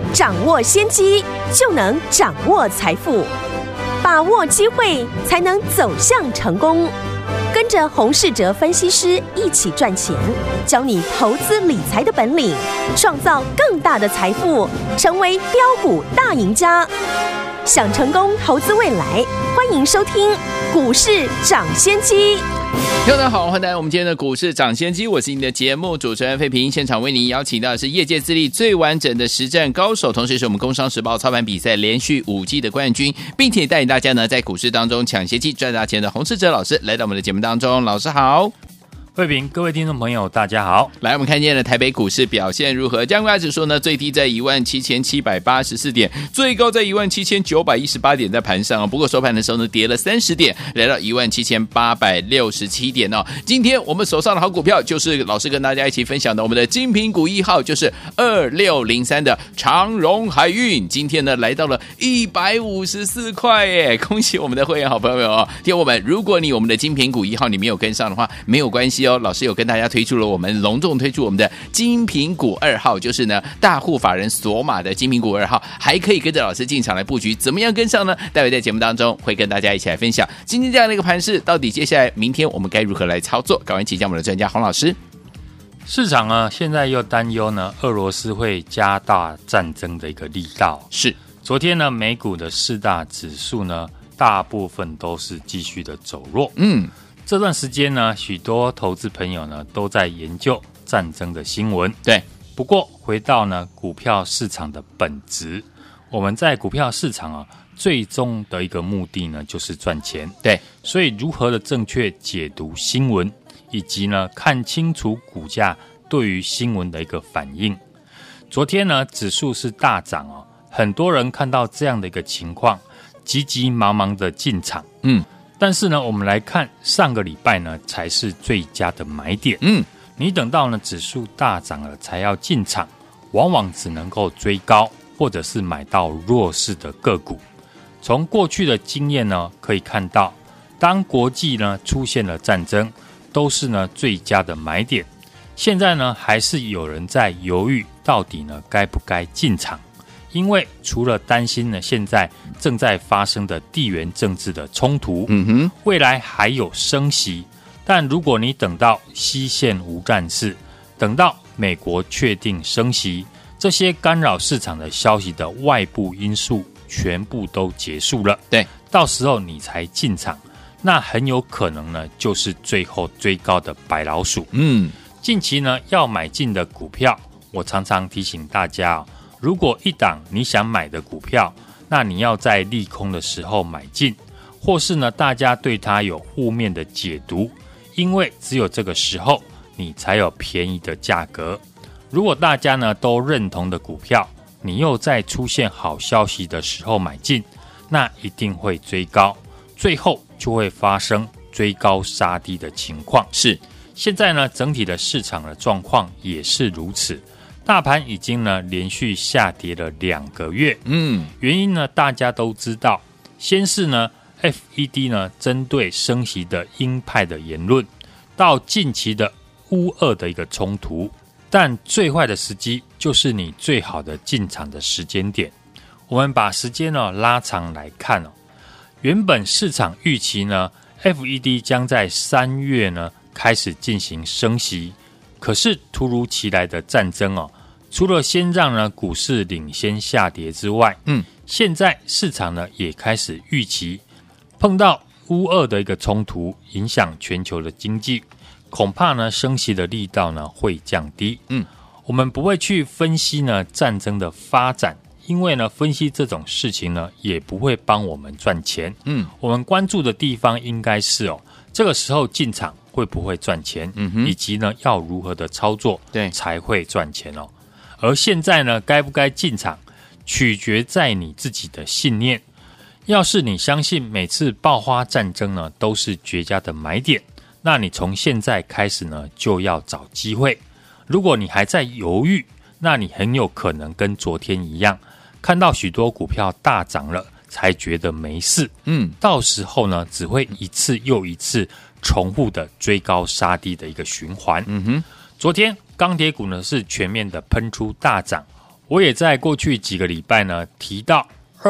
掌握先机，就能掌握财富。把握机会，才能走向成功。跟着洪士哲分析师一起赚钱，教你投资理财的本领，创造更大的财富，成为标股大赢家。想成功投资未来，欢迎收听股市涨先机。 听众大家好，欢迎来到我们今天的股市涨先机，我是你的节目主持人费平。现场为您邀请到的是业界资历最完整的实战高手，同时是我们工商时报操盘比赛连续5季的冠军，并且带领大家呢在股市当中抢先机赚大钱的洪士哲老师来到我们的节目当中。老师好。 慧平，各位听众朋友大家好。 来，我们看见了台北股市表现如何？加权指数呢，最低在17784点，最高在17918点，在盘上不过收盘的时候呢，跌了30点，来到17867点哦。今天我们手上的好股票就是老师跟大家一起分享的我们的精品股1号，就是2603的长荣海运。今天呢来到了154块耶，恭喜我们的会员好朋友们哦。听我们，如果你我们的精品股1号你没有跟上的话，没有关系哦。老师有跟大家推出了我们隆重推出我们的精品股2号，就是呢大户法人锁码的精品股2号，还可以跟着老师进场来布局，怎么样跟上呢？待会在节目当中会跟大家一起来分享今天这样的一个盘势，到底接下来明天我们该如何来操作？赶快请教我们的专家洪老师。 市场呢现在又担忧呢俄罗斯会加大战争的一个力道。 是， 昨天呢美股的4大指数呢大部分都是继续的走弱。这段时间呢，许多投资朋友呢都在研究战争的新闻。 对， 不过回到呢股票市场的本质，我们在股票市场啊，最终的一个目的呢就是赚钱。 对， 所以如何的正确解读新闻，以及呢看清楚股价对于新闻的一个反应。昨天呢指数是大涨哦，很多人看到这样的一个情况，急急忙忙的进场。但是呢，我们来看上个礼拜呢，才是最佳的买点。你等到呢指数大涨了才要进场，往往只能够追高，或者是买到弱势的个股。从过去的经验呢，可以看到，当国际呢出现了战争，都是呢最佳的买点。现在呢，还是有人在犹豫，到底呢该不该进场。因为除了担心呢，现在正在发生的地缘政治的冲突，未来还有升息，但如果你等到西线无战事，等到美国确定升息，这些干扰市场的消息的外部因素全部都结束了， 对， 到时候你才进场，那很有可能呢就是最后追高的白老鼠。近期呢要买进的股票，我常常提醒大家如果一档你想买的股票，那你要在利空的时候买进，或是呢大家对它有负面的解读，因为只有这个时候你才有便宜的价格。如果大家呢都认同的股票，你又在出现好消息的时候买进，那一定会追高，最后就会发生追高杀低的情况。 是， 现在呢整体的市场的状况也是如此。大盘已经呢连续下跌了2个月，原因呢大家都知道，先是呢 FED 呢针对升息的鹰派的言论，到近期的乌俄的一个冲突，但最坏的时机就是你最好的进场的时间点。我们把时间呢拉长来看原本市场预期呢 FED 将在3月呢开始进行升息，可是突如其来的战争除了先让呢股市领先下跌之外，现在市场呢也开始预期碰到乌俄的一个冲突，影响全球的经济，恐怕呢升息的力道呢会降低。我们不会去分析呢战争的发展，因为呢分析这种事情呢也不会帮我们赚钱。我们关注的地方应该是这个时候进场会不会赚钱，以及呢要如何的操作才会赚钱而现在呢该不该进场，取决在你自己的信念。要是你相信每次爆发战争呢都是绝佳的买点，那你从现在开始呢就要找机会。如果你还在犹豫，那你很有可能跟昨天一样，看到许多股票大涨了才觉得没事，到时候呢只会一次又一次重复的追高杀低的一个循环。昨天钢铁股呢是全面的喷出大涨， 我也在过去几个礼拜呢提到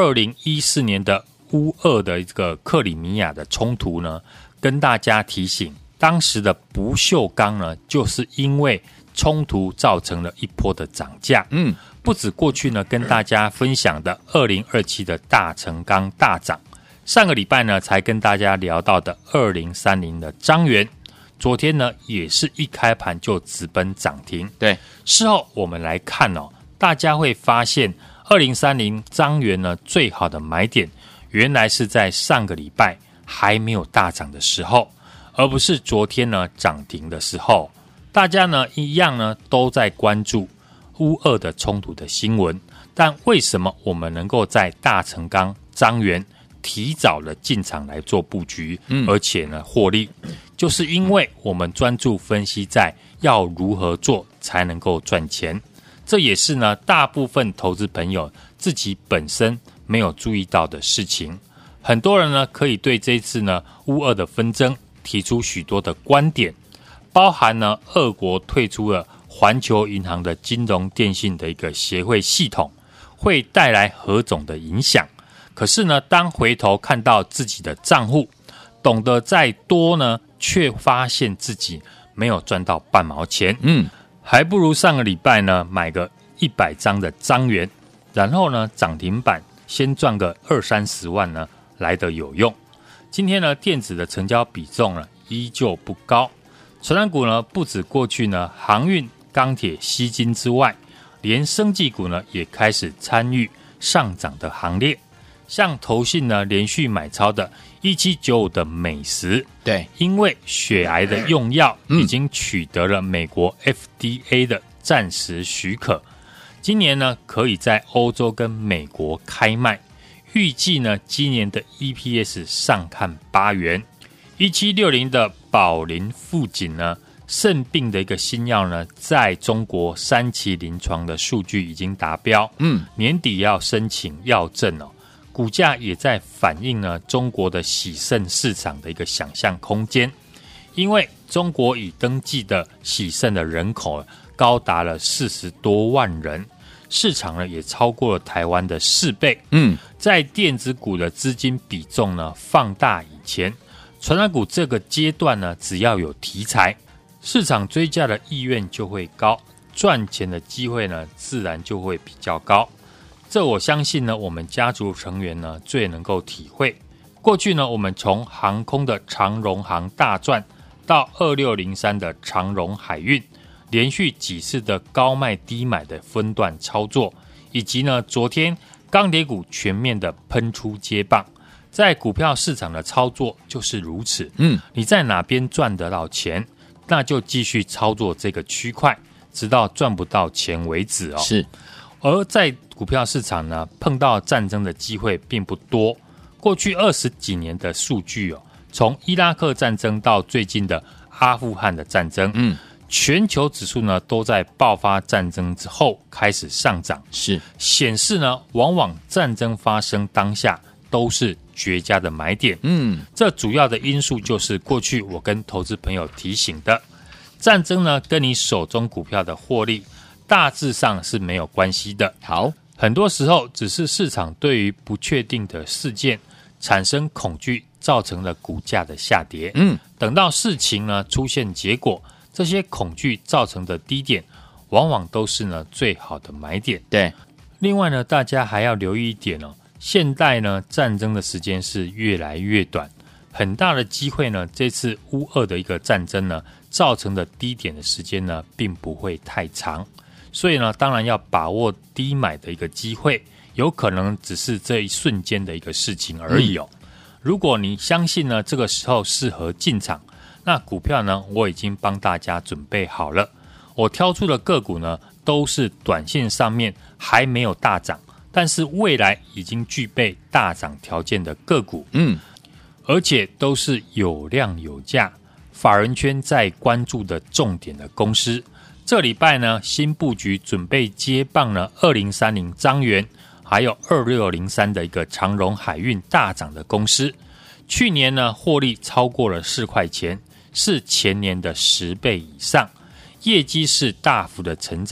2014年的乌俄的这个克里米亚的冲突呢，跟大家提醒，当时的不锈钢呢，就是因为冲突造成了一波的涨价。不止过去呢跟大家分享的2027的大成钢大涨，上个礼拜呢才跟大家聊到的2030的彰源，昨天呢也是一开盘就直奔涨停。 对， 事后我们来看哦，大家会发现2030彰源呢最好的买点，原来是在上个礼拜还没有大涨的时候，而不是昨天呢涨停的时候。大家呢一样呢都在关注乌俄的冲突的新闻，但为什么我们能够在大成钢、彰源提早了进场来做布局，而且呢获利，就是因为我们专注分析在要如何做才能够赚钱。这也是呢大部分投资朋友自己本身没有注意到的事情。很多人呢可以对这一次呢乌俄的纷争提出许多的观点，包含呢俄国退出了环球银行的金融电信的一个协会系统，会带来何种的影响。可是呢当回头看到自己的账户，懂得再多呢，却发现自己没有赚到半毛钱。还不如上个礼拜呢买个100张的彰源，然后呢涨停板先赚个20-30万呢来得有用。今天呢电子的成交比重呢依旧不高，传产股呢不止过去呢航运、钢铁、矽金之外，连生技股呢也开始参与上涨的行列。像投信呢连续买超的1795的美食， 对， 因为血癌的用药已经取得了美国 FDA 的暂时许可，今年呢可以在欧洲跟美国开卖，预计呢今年的 EPS 上看8元。1760的宝林富锦呢，肾病的一个新药呢，在中国3期临床的数据已经达标，年底要申请药证哦。股价也在反映呢中国的洗肾市场的一个想象空间，因为中国已登记的洗肾的人口高达了40多万人，市场呢也超过了台湾的4倍。在电子股的资金比重呢放大以前，传产股这个阶段呢，只要有题材，市场追价的意愿就会高，赚钱的机会呢自然就会比较高。这我相信呢，我们家族成员呢最能够体会。过去呢，我们从航空的长荣航大赚，到2603的长荣海运，连续几次的高卖低买的分段操作，以及呢昨天钢铁股全面的喷出接棒，在股票市场的操作就是如此。你在哪边赚得到钱，那就继续操作这个区块，直到赚不到钱为止哦。 是。 而在股票市场呢，碰到战争的机会并不多。过去20几年的数据哦，从伊拉克战争到最近的阿富汗的战争，全球指数呢都在爆发战争之后开始上涨， 是显示呢，往往战争发生当下都是绝佳的买点。这主要的因素就是过去我跟投资朋友提醒的，战争呢跟你手中股票的获利大致上是没有关系的。 好， 很多时候只是市场对于不确定的事件产生恐惧，造成了股价的下跌。等到事情呢出现结果，这些恐惧造成的低点，往往都是呢最好的买点。 对， 另外呢，大家还要留意一点哦，现代呢战争的时间是越来越短，很大的机会呢，这次乌俄的一个战争呢，造成的低点的时间呢，并不会太长。所以呢，当然要把握低买的一个机会，有可能只是这一瞬间的一个事情而已哦。如果你相信呢，这个时候适合进场，那股票呢，我已经帮大家准备好了。我挑出的个股呢，都是短线上面还没有大涨，但是未来已经具备大涨条件的个股。而且都是有量有价，法人圈在关注的重点的公司。这礼拜呢，新布局准备接棒呢2030彰源，还有2603的一个长荣海运大涨的公司。去年呢，获利超过了4块钱，是前年的10倍以上，业绩是大幅的成长，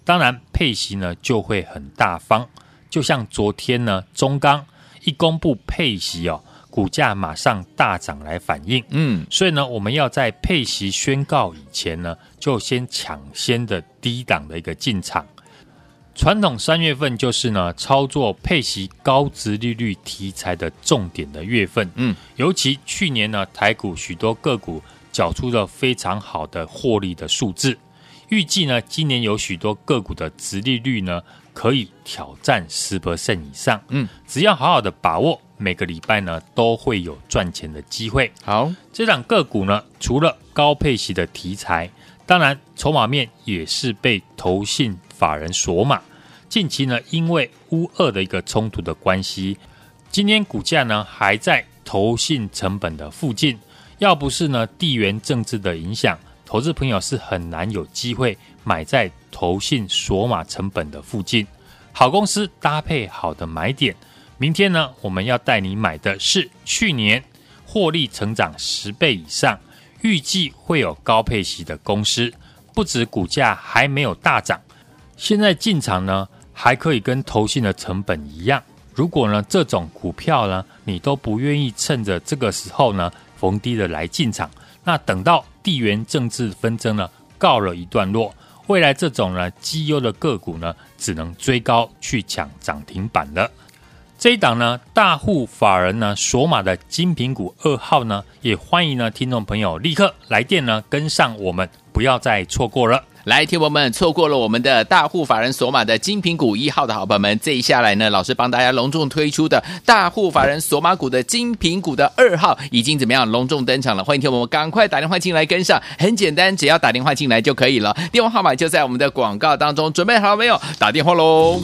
当然配息呢就会很大方。就像昨天呢，中钢一公布配息股价马上大涨来反应。所以呢，我们要在配息宣告以前呢，就先抢先的低档的一个进场。传统3月份就是呢，操作配息高殖利率题材的重点的月份。尤其去年呢，台股许多个股缴出了非常好的获利的数字。预计呢，今年有许多个股的殖利率呢，可以挑战 10% 以上。只要好好的把握，每个礼拜呢都会有赚钱的机会。好，这档个股呢，除了高配息的题材，当然筹码面也是被投信法人锁码。近期呢，因为乌俄的一个冲突的关系，今天股价呢还在投信成本的附近。要不是呢地缘政治的影响，投资朋友是很难有机会买在投信锁码成本的附近。好公司搭配好的买点，明天呢我们要带你买的是去年获利成长10倍以上，预计会有高配息的公司。不止股价还没有大涨，现在进场呢还可以跟投信的成本一样。如果呢这种股票呢你都不愿意趁着这个时候呢逢低的来进场，那等到地缘政治纷争呢告了一段落，未来这种呢绩优的个股呢只能追高去抢涨停板了。这一档呢大户法人呢锁码的精品股2号呢，也欢迎呢听众朋友立刻来电呢跟上我们，不要再错过了。 来，听我们错过了我们的大户法人锁码的精品股1号的好朋友们，这一下来呢，老师帮大家隆重推出的大户法人锁码股的精品股的2号已经怎么样隆重登场了？欢迎听我们赶快打电话进来跟上，很简单，只要打电话进来就可以了。电话号码就在我们的广告当中，准备好了没有？打电话喽！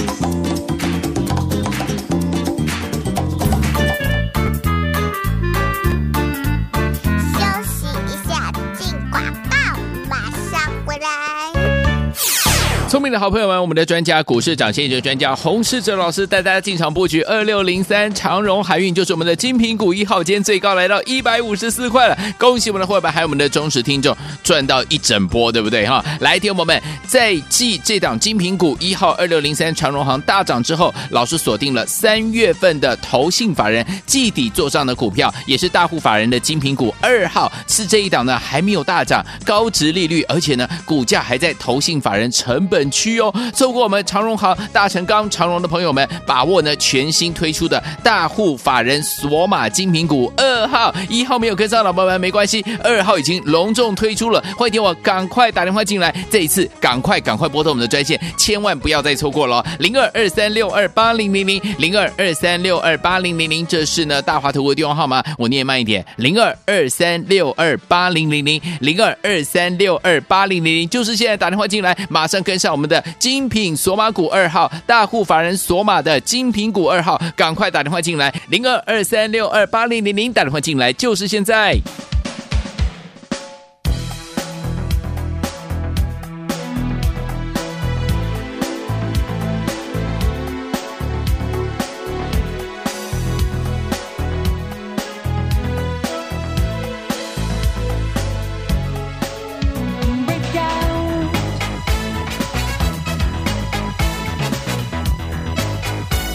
聪明的好朋友们，我们的专家股市涨先机专家洪士哲老师带大家进场布局2603长荣海运，就是我们的精品股1号，今天最高来到154块了。恭喜我们的会员还有我们的忠实听众赚到一整波，对不对哈？来，听我们在继这档精品股1号2603长荣航大涨之后，老师锁定了3月份的投信法人季底做账的股票，也是大户法人的精品股2号，是这一档呢还没有大涨，高殖利率，而且呢股价还在投信法人成本区哦。错过我们长荣航、大成钢、长荣的朋友们，把握呢全新推出的大户法人锁码精品股2号。1号没有跟上老朋友们没关系，2号已经隆重推出了，欢迎听我赶快打电话进来，这一次赶快拨通我们的专线，千万不要再错过了，0223628000 0223628000，这是呢大华投顾的电话号码，我念慢一点，0223628000 0223628000，就是现在打电话进来，马上跟上我们的精品锁码股2号，大户法人锁码的精品股2号，赶快打电话进来，0223628000，打电话进来就是现在。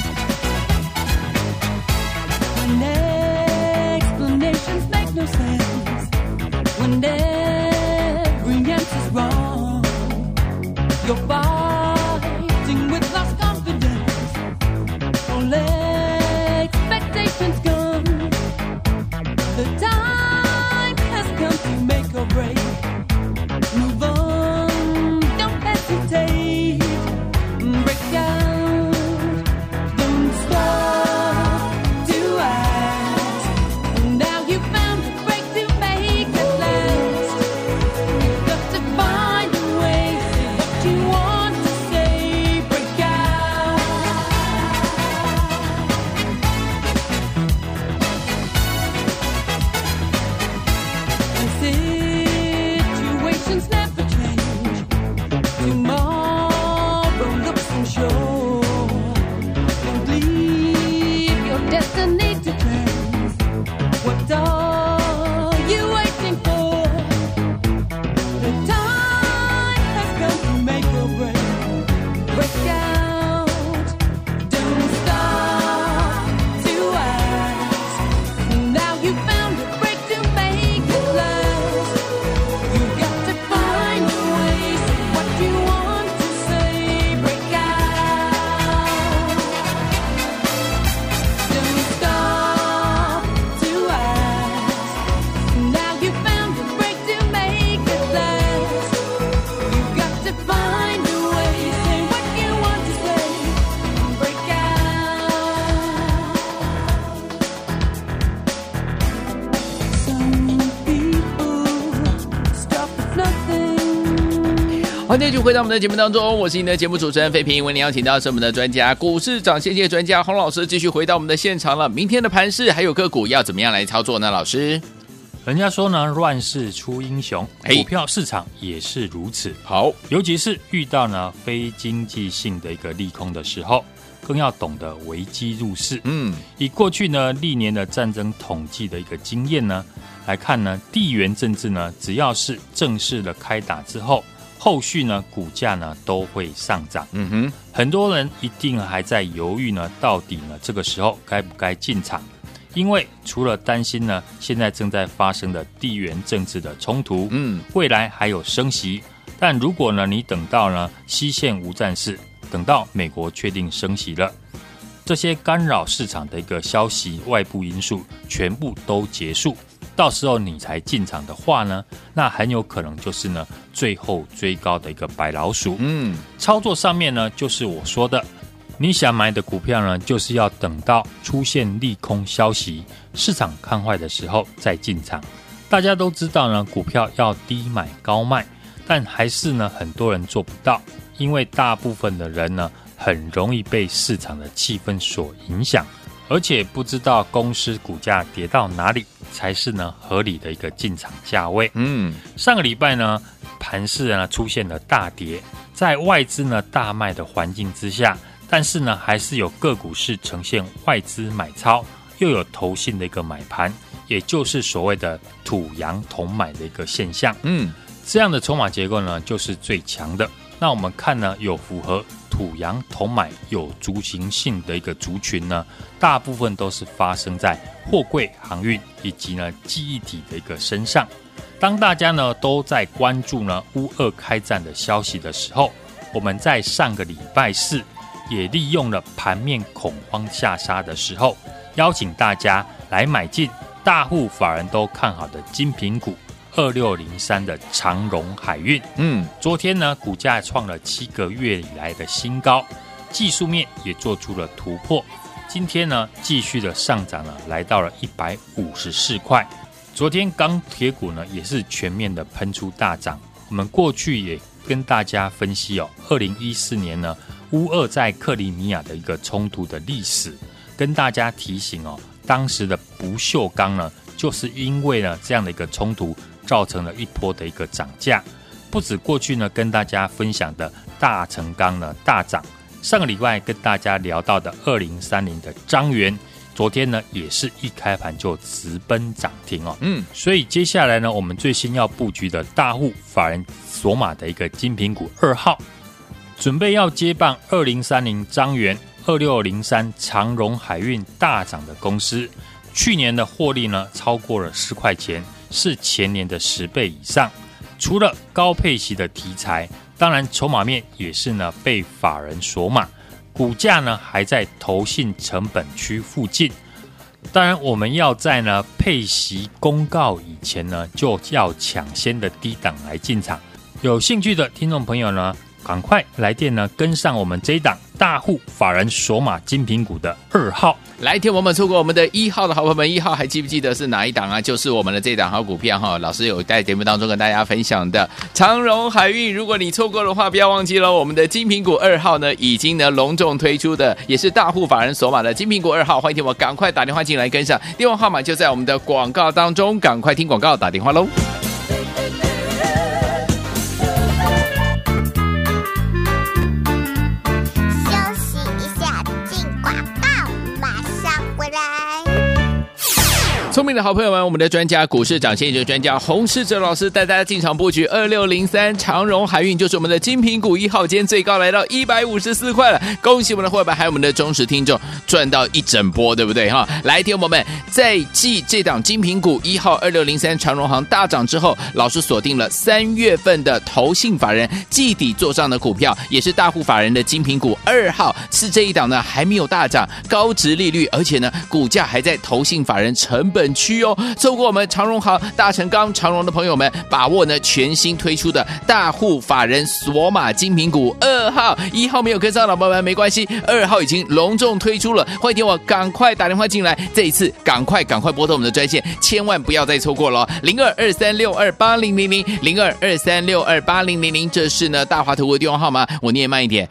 Explanations make no sense. 欢迎继续回到我们的节目当中，我是你的节目主持人费平。为您邀请到是我们的专家，股市涨先机专家洪老师，继续回到我们的现场了。明天的盘势还有个股要怎么样来操作呢？老师， 人家说呢，乱世出英雄，股票市场也是如此。 好， 尤其是遇到呢非经济性的一个利空的时候，更要懂得危机入市。以过去呢历年的战争统计的一个经验呢来看呢，地缘政治呢只要是正式的开打之后，后续呢股价呢都会上涨。很多人一定还在犹豫呢，到底呢这个时候该不该进场？因为除了担心呢现在正在发生的地缘政治的冲突，未来还有升息，但如果呢你等到呢西线无战事，等到美国确定升息了，这些干扰市场的一个消息、外部因素全部都结束，到时候你才进场的话呢，那很有可能就是呢最后追高的一个白老鼠。操作上面呢，就是我说的，你想买的股票呢，就是要等到出现利空消息、市场看坏的时候再进场。大家都知道呢，股票要低买高卖，但还是呢很多人做不到，因为大部分的人呢很容易被市场的气氛所影响，而且不知道公司股价跌到哪里才是呢合理的一个进场价位。上个礼拜呢盘势呢出现了大跌，在外资呢大卖的环境之下，但是呢还是有个股是呈现外资买超，又有投信的一个买盘，也就是所谓的土洋同买的一个现象。这样的筹码结构呢就是最强的。那我们看呢，有符合土洋同买有族群性的一个族群呢，大部分都是发生在货柜航运以及呢记忆体的一个身上。当大家呢都在关注呢乌俄开战的消息的时候，我们在上个礼拜四也利用了盘面恐慌下杀的时候，邀请大家来买进大户法人都看好的精品股2603的长荣海运。昨天呢股价创了7个月以来的新高，技术面也做出了突破，今天呢继续的上涨了，来到了154块。昨天钢铁股呢也是全面的喷出大涨。我们过去也跟大家分析2014年呢乌俄在克里米亚的一个冲突的历史，跟大家提醒当时的不锈钢呢就是因为呢这样的一个冲突造成了一波的一个涨价。不止过去呢跟大家分享的大成钢呢大涨，上个礼拜跟大家聊到的2030的彰源，昨天呢也是一开盘就直奔涨停所以接下来呢我们最先要布局的大户法人索码的一个精品股2号，准备要接棒2030彰源、2603长荣海运大涨的公司，去年的获利呢超过了10块钱，是前年的10倍以上。除了高配息的题材，当然筹码面也是呢被法人锁码，股价呢还在投信成本区附近。当然我们要在呢配息公告以前呢就要抢先的低档来进场。有兴趣的听众朋友呢赶快来电呢跟上我们这一档大户法人索码精品股的2号。 来听我们错过我们的1号的好朋友们，1号还记不记得是哪一档啊？就是我们的这档好股票老师有在节目当中跟大家分享的长荣海运。如果你错过的话，不要忘记了我们的精品股2号呢已经呢隆重推出的，也是大户法人索码的精品股2号。欢迎听我赶快打电话进来跟上，电话号码就在我们的广告当中，赶快听广告打电话咯。聪明的好朋友们，我们的专家股市涨先机专家洪士哲老师带大家进场布局2603长荣海运，就是我们的精品股1号，今天最高来到154块了。恭喜我们的会员还有我们的忠实听众赚到一整波，对不对来听我们在继这档精品股1号2603长荣航大涨之后，老师锁定了3月份的投信法人季底做账的股票，也是大户法人的精品股2号，是这一档呢还没有大涨，高殖利率，而且呢股价还在投信法人成本很区哦。错过我们长荣航、大成钢、长荣的朋友们，把握呢全新推出的大户法人索马精品股2号、1号没有跟上，老朋友们没关系，2号已经隆重推出了，欢迎听我赶快打电话进来，这一次赶快拨通我们的专线，千万不要再错过了，0223628000，0223628000，这是呢大华投顾的电话号码，我念慢一点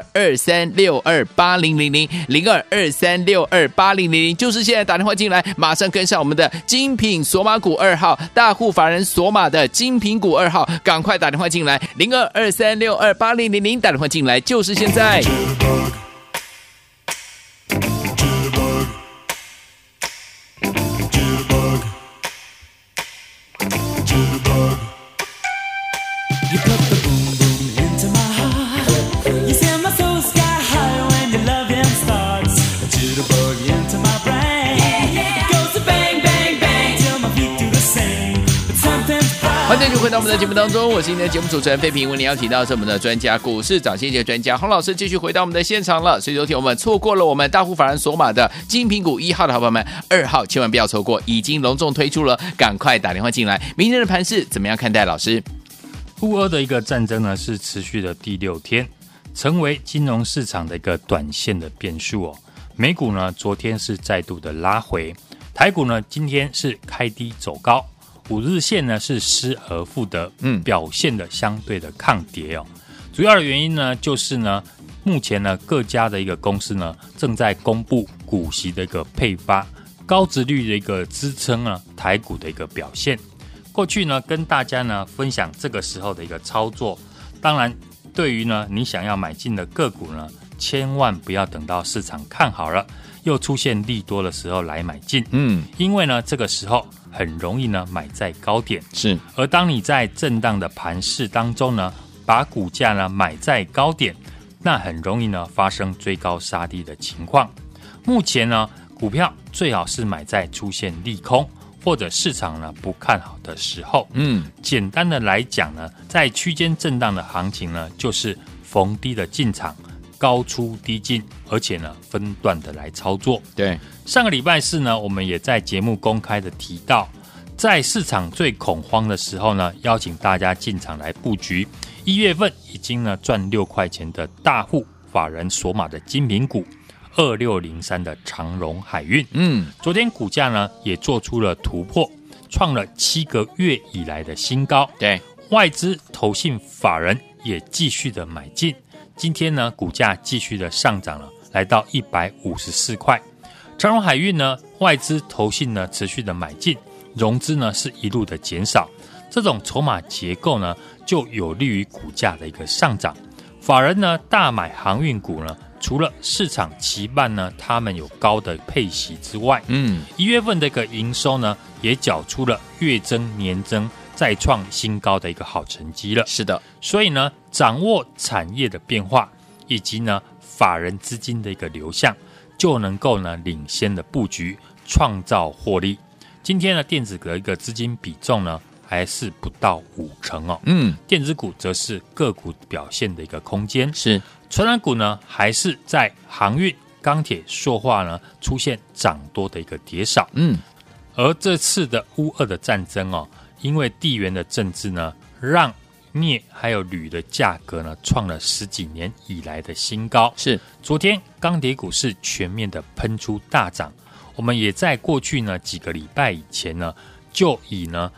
，0223628000，0223628000，就是现在打电话进来，马上跟上我们的精品索马股2号，大户法人索马的精品股2号，赶快打电话进来，0223628000，打电话进来就是现在。欢迎继续回到我们的节目当中，我是今天的节目主持人费平。为您邀请到是我们的专家股市涨先机专家洪老师，继续回到我们的现场了。所以昨天我们错过了我们大户法人索马的精品股1号的好朋友们，2号千万不要错过，已经隆重推出了，赶快打电话进来。明天的盘势怎么样看待？老师， 乌俄的一个战争呢是持续的第6天，成为金融市场的一个短线的变数哦。美股呢昨天是再度的拉回，台股呢今天是开低走高。5日线呢是失而复得，表现的相对的抗跌哦。主要的原因呢，就是呢，目前呢各家的一个公司呢正在公布股息的一个配发，高殖率的一个支撑呢台股的一个表现。过去呢跟大家呢分享这个时候的一个操作，当然对于呢你想要买进的个股呢，千万不要等到市场看好了又出现利多的时候来买进，因为呢这个时候很容易呢买在高点， 是。而当你在震荡的盘势当中呢，把股价呢买在高点，那很容易呢发生追高杀低的情况。目前呢，股票最好是买在出现利空或者市场呢不看好的时候。简单的来讲呢，在区间震荡的行情呢，就是逢低的进场，高出低进，而且呢分段的来操作。 对， 上个礼拜四呢，我们也在节目公开的提到，在市场最恐慌的时候呢，邀请大家进场来布局。1月份已经呢赚6块钱的大户法人索马的精品股2603的长荣海运，昨天股价呢也做出了突破，创了7个月以来的新高。 对， 外资投信法人也继续的买进。今天呢，股价继续的上涨了，来到154块。长荣海运呢，外资投信呢持续的买进，融资呢是一路的减少，这种筹码结构呢，就有利于股价的一个上涨。法人呢大买航运股呢，除了市场期盼呢他们有高的配息之外，1月份的一个营收呢，也缴出了月增年增再创新高的一个好成绩了。 是的， 所以呢，掌握产业的变化，以及呢法人资金的一个流向，就能够呢领先的布局，创造获利。今天呢，电子的一个资金比重呢，还是不到50%哦。电子股则是个股表现的一个空间。 是，传产股呢，还是在航运、钢铁、塑化呢出现涨多的一个跌少。而这次的乌俄的战争哦，因为地缘的政治呢，让镍还有铝的价格呢创了10几年以来的新高。 是， 昨天钢铁股是全面的喷出大涨。我们也在过去呢几个礼拜以前呢，就以呢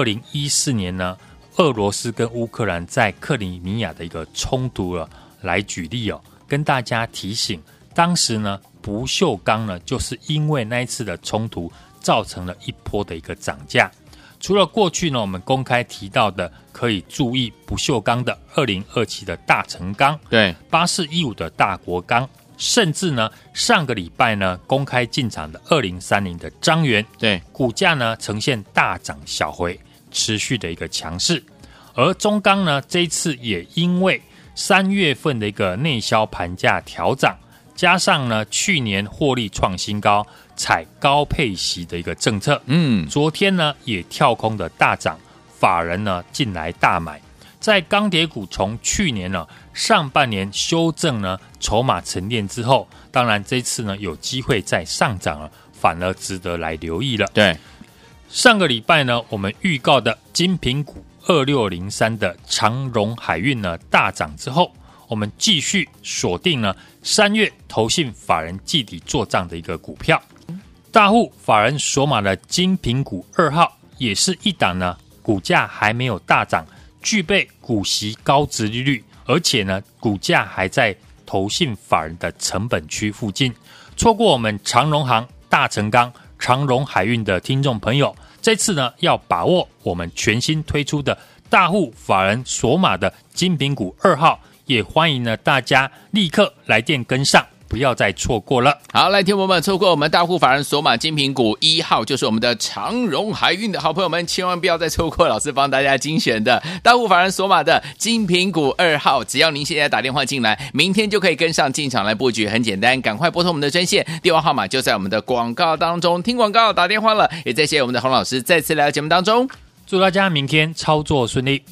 2014年呢俄罗斯跟乌克兰在克里米亚的一个冲突了来举例哦，跟大家提醒，当时呢不锈钢呢就是因为那一次的冲突造成了一波的一个涨价。除了过去呢我们公开提到的可以注意不锈钢的2027的大成钢， 对 8415的大国钢，甚至呢上个礼拜呢公开进场的2030的彰源， 对， 股价呢呈现大涨小回，持续的一个强势。而中钢呢这一次也因为3月份的一个内销盘价调涨，加上呢去年获利创新高，采高配息的一个政策，昨天呢也跳空的大涨，法人呢进来大买。在钢铁股从去年呢上半年修正呢筹码沉淀之后，当然这次呢有机会再上涨了， 反而值得来留意了。 对， 上个礼拜呢，我们预告的精品股2603的长荣海运呢大涨之后，我们继续锁定了3月投信法人季底做账的一个股票，大户法人所码的精品股2号，也是一档呢股价还没有大涨，具备股息高殖利率，而且呢股价还在投信法人的成本区附近。错过我们长荣航、大成钢、长荣海运的听众朋友，这次呢要把握我们全新推出的大户法人所码的精品股2号，也欢迎呢大家立刻来电跟上，不要再错过了。 好，来，听众朋友们，错过我们大户法人索马精品股1号，就是我们的长荣海运的好朋友们，千万不要再错过老师帮大家精选的大户法人索马的精品股2号。只要您现在打电话进来，明天就可以跟上进场来布局，很简单，赶快拨通我们的专线，电话号码就在我们的广告当中。听广告打电话了，也再谢谢我们的洪老师再次来到节目当中， 祝大家明天操作顺利。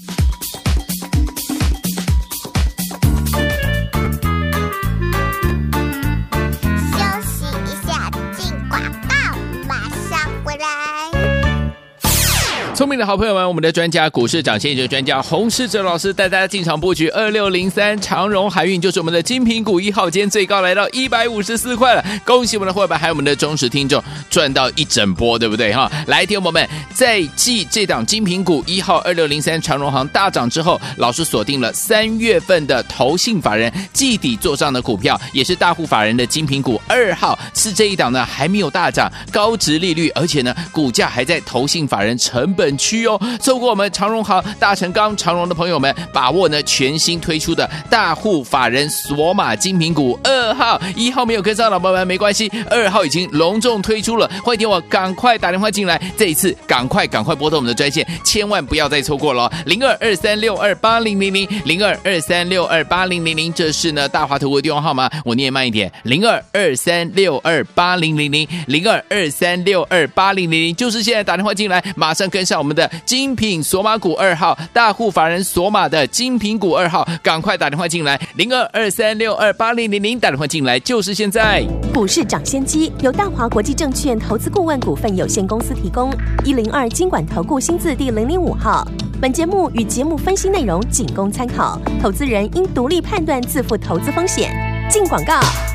聪明的好朋友们，我们的专家股市涨先研究专家洪士哲老师带大家进场布局2603长荣海运，就是我们的精品股1号，今天最高来到154块了，恭喜我们的伙伴还有我们的忠实听众赚到一整波，对不对哈？来，听众朋友们，在继这档精品股1号2603长荣航大涨之后，老师锁定了3月份的投信法人季底做账的股票，也是大户法人的精品股2号，是这一档呢还没有大涨，高殖利率，而且呢股价还在投信法人成本区哦。错过我们长荣航、大成钢、长荣的朋友们，把握呢全新推出的大户法人索马精品股2号，1号没有跟上老朋友们没关系，2号已经隆重推出了，欢迎听我赶快打电话进来，这一次赶快拨通我们的专线，千万不要再错过了0223628000，0223628000，这是呢大华投顾的电话号码，我念慢一点，0223628000，0223628000，就是现在打电话进来，马上跟上我们的精品索马股2号，大户法人索马的精品股2号，赶快打电话进来，0223628000，打电话进来就是现在。 股市涨先机由大华国际证券投资顾问股份有限公司提供，102金管投顾新字第005号。本节目与节目分析内容仅供参考，投资人应独立判断，自负投资风险。进广告。